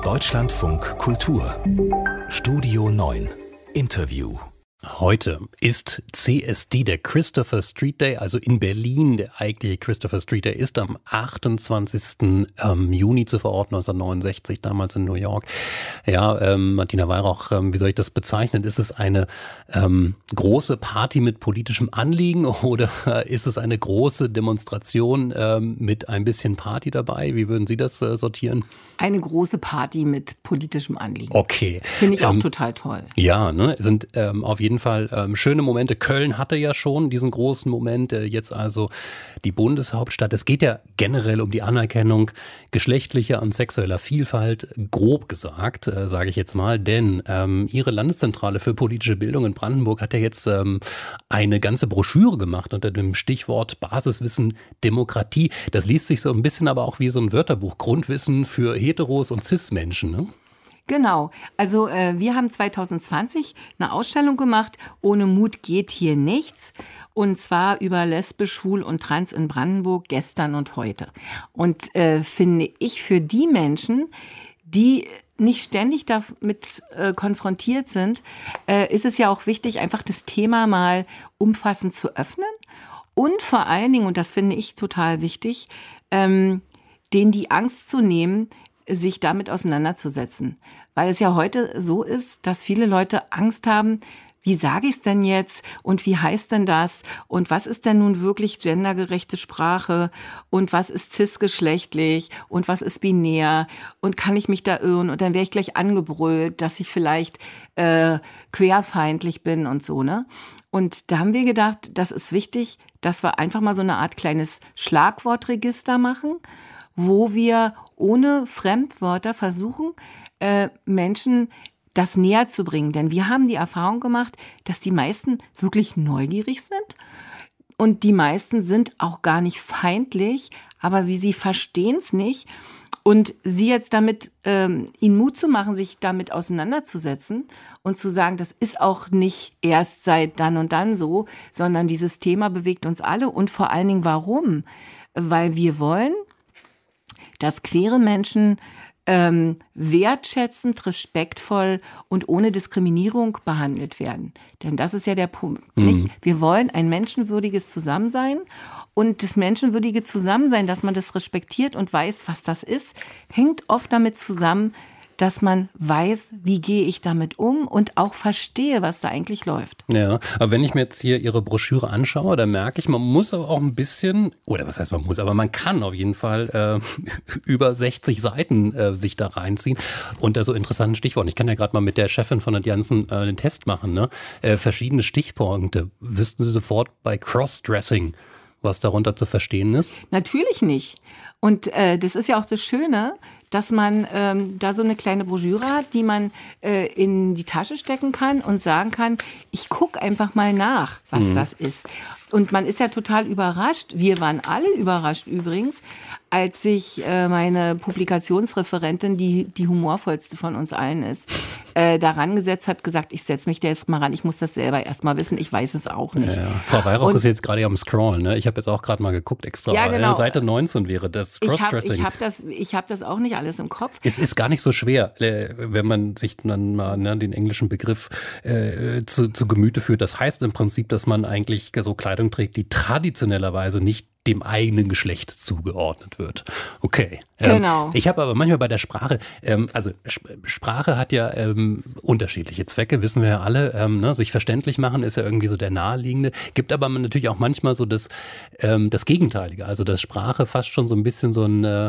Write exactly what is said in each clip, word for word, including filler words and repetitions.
Deutschlandfunk Kultur Studio neun Interview. Heute ist C S D, der Christopher Street Day, also in Berlin. Der eigentliche Christopher Street Day ist am achtundzwanzigsten Juni zu verorten, neunzehnhundertneunundsechzig, damals in New York. Ja, ähm, Martina Weihrauch, ähm, wie soll ich das bezeichnen? Ist es eine ähm, große Party mit politischem Anliegen oder ist es eine große Demonstration ähm, mit ein bisschen Party dabei? Wie würden Sie das äh, sortieren? Eine große Party mit politischem Anliegen. Okay. Finde ich auch ähm, total toll. Ja, ne, sind ähm, auf jeden Fall ähm, schöne Momente. Köln hatte ja schon diesen großen Moment, äh, jetzt also die Bundeshauptstadt. Es geht ja generell um die Anerkennung geschlechtlicher und sexueller Vielfalt, grob gesagt, äh, sage ich jetzt mal. Denn ähm, Ihre Landeszentrale für politische Bildung in Brandenburg hat ja jetzt ähm, eine ganze Broschüre gemacht unter dem Stichwort Basiswissen Demokratie. Das liest sich so ein bisschen aber auch wie so ein Wörterbuch. Grundwissen für Heteros und Cis-Menschen, ne? Genau. Also äh, wir haben zwanzig zwanzig eine Ausstellung gemacht, Ohne Mut geht hier nichts. Und zwar über lesbisch, schwul und trans in Brandenburg gestern und heute. Und äh, finde ich für die Menschen, die nicht ständig damit äh, konfrontiert sind, äh, ist es ja auch wichtig, einfach das Thema mal umfassend zu öffnen. Und vor allen Dingen, und das finde ich total wichtig, ähm, denen die Angst zu nehmen, sich damit auseinanderzusetzen. Weil es ja heute so ist, dass viele Leute Angst haben, wie sage ich es denn jetzt und wie heißt denn das und was ist denn nun wirklich gendergerechte Sprache und was ist cisgeschlechtlich und was ist binär und kann ich mich da irren und dann wäre ich gleich angebrüllt, dass ich vielleicht äh, queerfeindlich bin und so, ne? Und da haben wir gedacht, das ist wichtig, dass wir einfach mal so eine Art kleines Schlagwortregister machen, wo wir ohne Fremdwörter versuchen, äh, Menschen das näher zu bringen. Denn wir haben die Erfahrung gemacht, dass die meisten wirklich neugierig sind und die meisten sind auch gar nicht feindlich, aber wie sie verstehen es nicht. Und sie jetzt damit, ähm, ihnen Mut zu machen, sich damit auseinanderzusetzen und zu sagen, das ist auch nicht erst seit dann und dann so, sondern dieses Thema bewegt uns alle. Und vor allen Dingen, warum? Weil wir wollen, dass queere Menschen ähm, wertschätzend, respektvoll und ohne Diskriminierung behandelt werden. Denn das ist ja der Punkt, Mhm. nicht? Wir wollen ein menschenwürdiges Zusammensein und das menschenwürdige Zusammensein, dass man das respektiert und weiß, was das ist, hängt oft damit zusammen, dass man weiß, wie gehe ich damit um und auch verstehe, was da eigentlich läuft. Ja, aber wenn ich mir jetzt hier Ihre Broschüre anschaue, dann merke ich, man muss aber auch ein bisschen, oder was heißt man muss, aber man kann auf jeden Fall äh, über sechzig Seiten äh, sich da reinziehen unter so interessanten Stichworten. Ich kann ja gerade mal mit der Chefin von der Janssen äh, den Test machen, ne? Äh, verschiedene Stichpunkte. Wüssten Sie sofort bei Crossdressing, was darunter zu verstehen ist? Natürlich nicht. Und äh, das ist ja auch das Schöne, dass man ähm, da so eine kleine Broschüre hat, die man äh, in die Tasche stecken kann und sagen kann, ich gucke einfach mal nach, was mhm. das ist. Und man ist ja total überrascht, wir waren alle überrascht übrigens, als sich äh, meine Publikationsreferentin, die die humorvollste von uns allen ist, äh, daran gesetzt hat, gesagt, ich setze mich da jetzt mal ran, ich muss das selber erst mal wissen, ich weiß es auch nicht. Ja, ja. Frau Weihrauch und, ist jetzt gerade am Scrollen, ne? Ich habe jetzt auch gerade mal geguckt extra. Ja, genau. Seite neunzehn wäre das Crossdressing. Ich habe hab das, ich hab das auch nicht alles im Kopf. Es ist gar nicht so schwer, wenn man sich dann mal ne, den englischen Begriff äh, zu, zu Gemüte führt. Das heißt im Prinzip, dass man eigentlich so Kleidung trägt, die traditionellerweise nicht dem eigenen Geschlecht zugeordnet wird. Okay. Ähm, genau. Ich habe aber manchmal bei der Sprache, ähm, also Sp- Sprache hat ja ähm, unterschiedliche Zwecke, wissen wir ja alle. Ähm, ne? Sich verständlich machen ist ja irgendwie so der naheliegende. Gibt aber natürlich auch manchmal so das, ähm, das Gegenteilige. Also dass Sprache fast schon so ein bisschen so ein äh,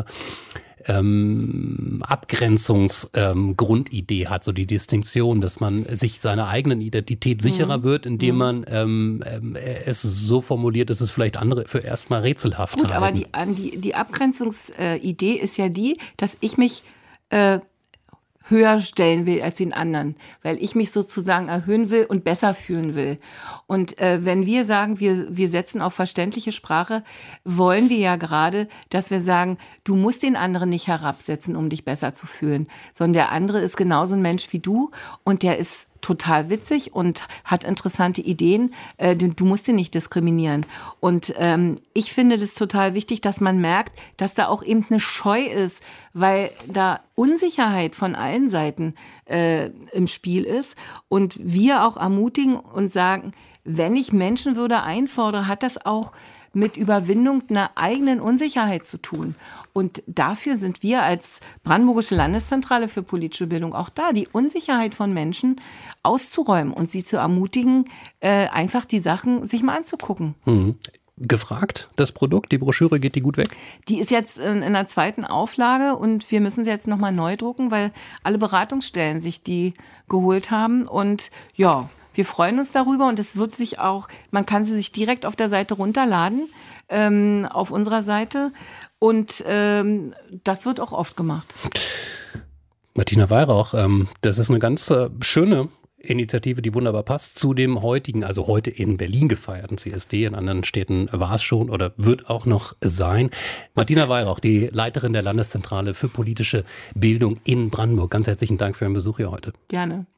Ähm, Abgrenzungsgrundidee ähm, hat, so die Distinktion, dass man sich seiner eigenen Identität sicherer mhm. wird, indem mhm. man ähm, ähm, es so formuliert, dass es vielleicht andere für erstmal rätselhaft Gut, halten. aber die, die, die Abgrenzungsidee ist ja die, dass ich mich äh, höher stellen will als den anderen, weil ich mich sozusagen erhöhen will und besser fühlen will. Und äh, wenn wir sagen, wir, wir setzen auf verständliche Sprache, wollen wir ja gerade, dass wir sagen, du musst den anderen nicht herabsetzen, um dich besser zu fühlen, sondern der andere ist genauso ein Mensch wie du und der ist total witzig und hat interessante Ideen. Äh, du, du musst ihn nicht diskriminieren. Und ähm, ich finde das total wichtig, dass man merkt, dass da auch eben eine Scheu ist, weil da Unsicherheit von allen Seiten äh, im Spiel ist. Und wir auch ermutigen und sagen, wenn ich Menschenwürde einfordere, hat das auch mit Überwindung einer eigenen Unsicherheit zu tun. Und dafür sind wir als Brandenburgische Landeszentrale für politische Bildung auch da, die Unsicherheit von Menschen auszuräumen und sie zu ermutigen, äh, einfach die Sachen sich mal anzugucken. Mhm. Gefragt, das Produkt, die Broschüre, geht die gut weg? Die ist jetzt in, in der zweiten Auflage und wir müssen sie jetzt nochmal neu drucken, weil alle Beratungsstellen sich die geholt haben. Und ja, wir freuen uns darüber und es wird sich auch, man kann sie sich direkt auf der Seite runterladen, ähm, auf unserer Seite. Und ähm, das wird auch oft gemacht. Martina Weihrauch, ähm, das ist eine ganz äh, schöne Initiative, die wunderbar passt zu dem heutigen, also heute in Berlin gefeierten C S D. In anderen Städten war es schon oder wird auch noch sein. Martina Weihrauch, die Leiterin der Landeszentrale für politische Bildung in Brandenburg. Ganz herzlichen Dank für Ihren Besuch hier heute. Gerne.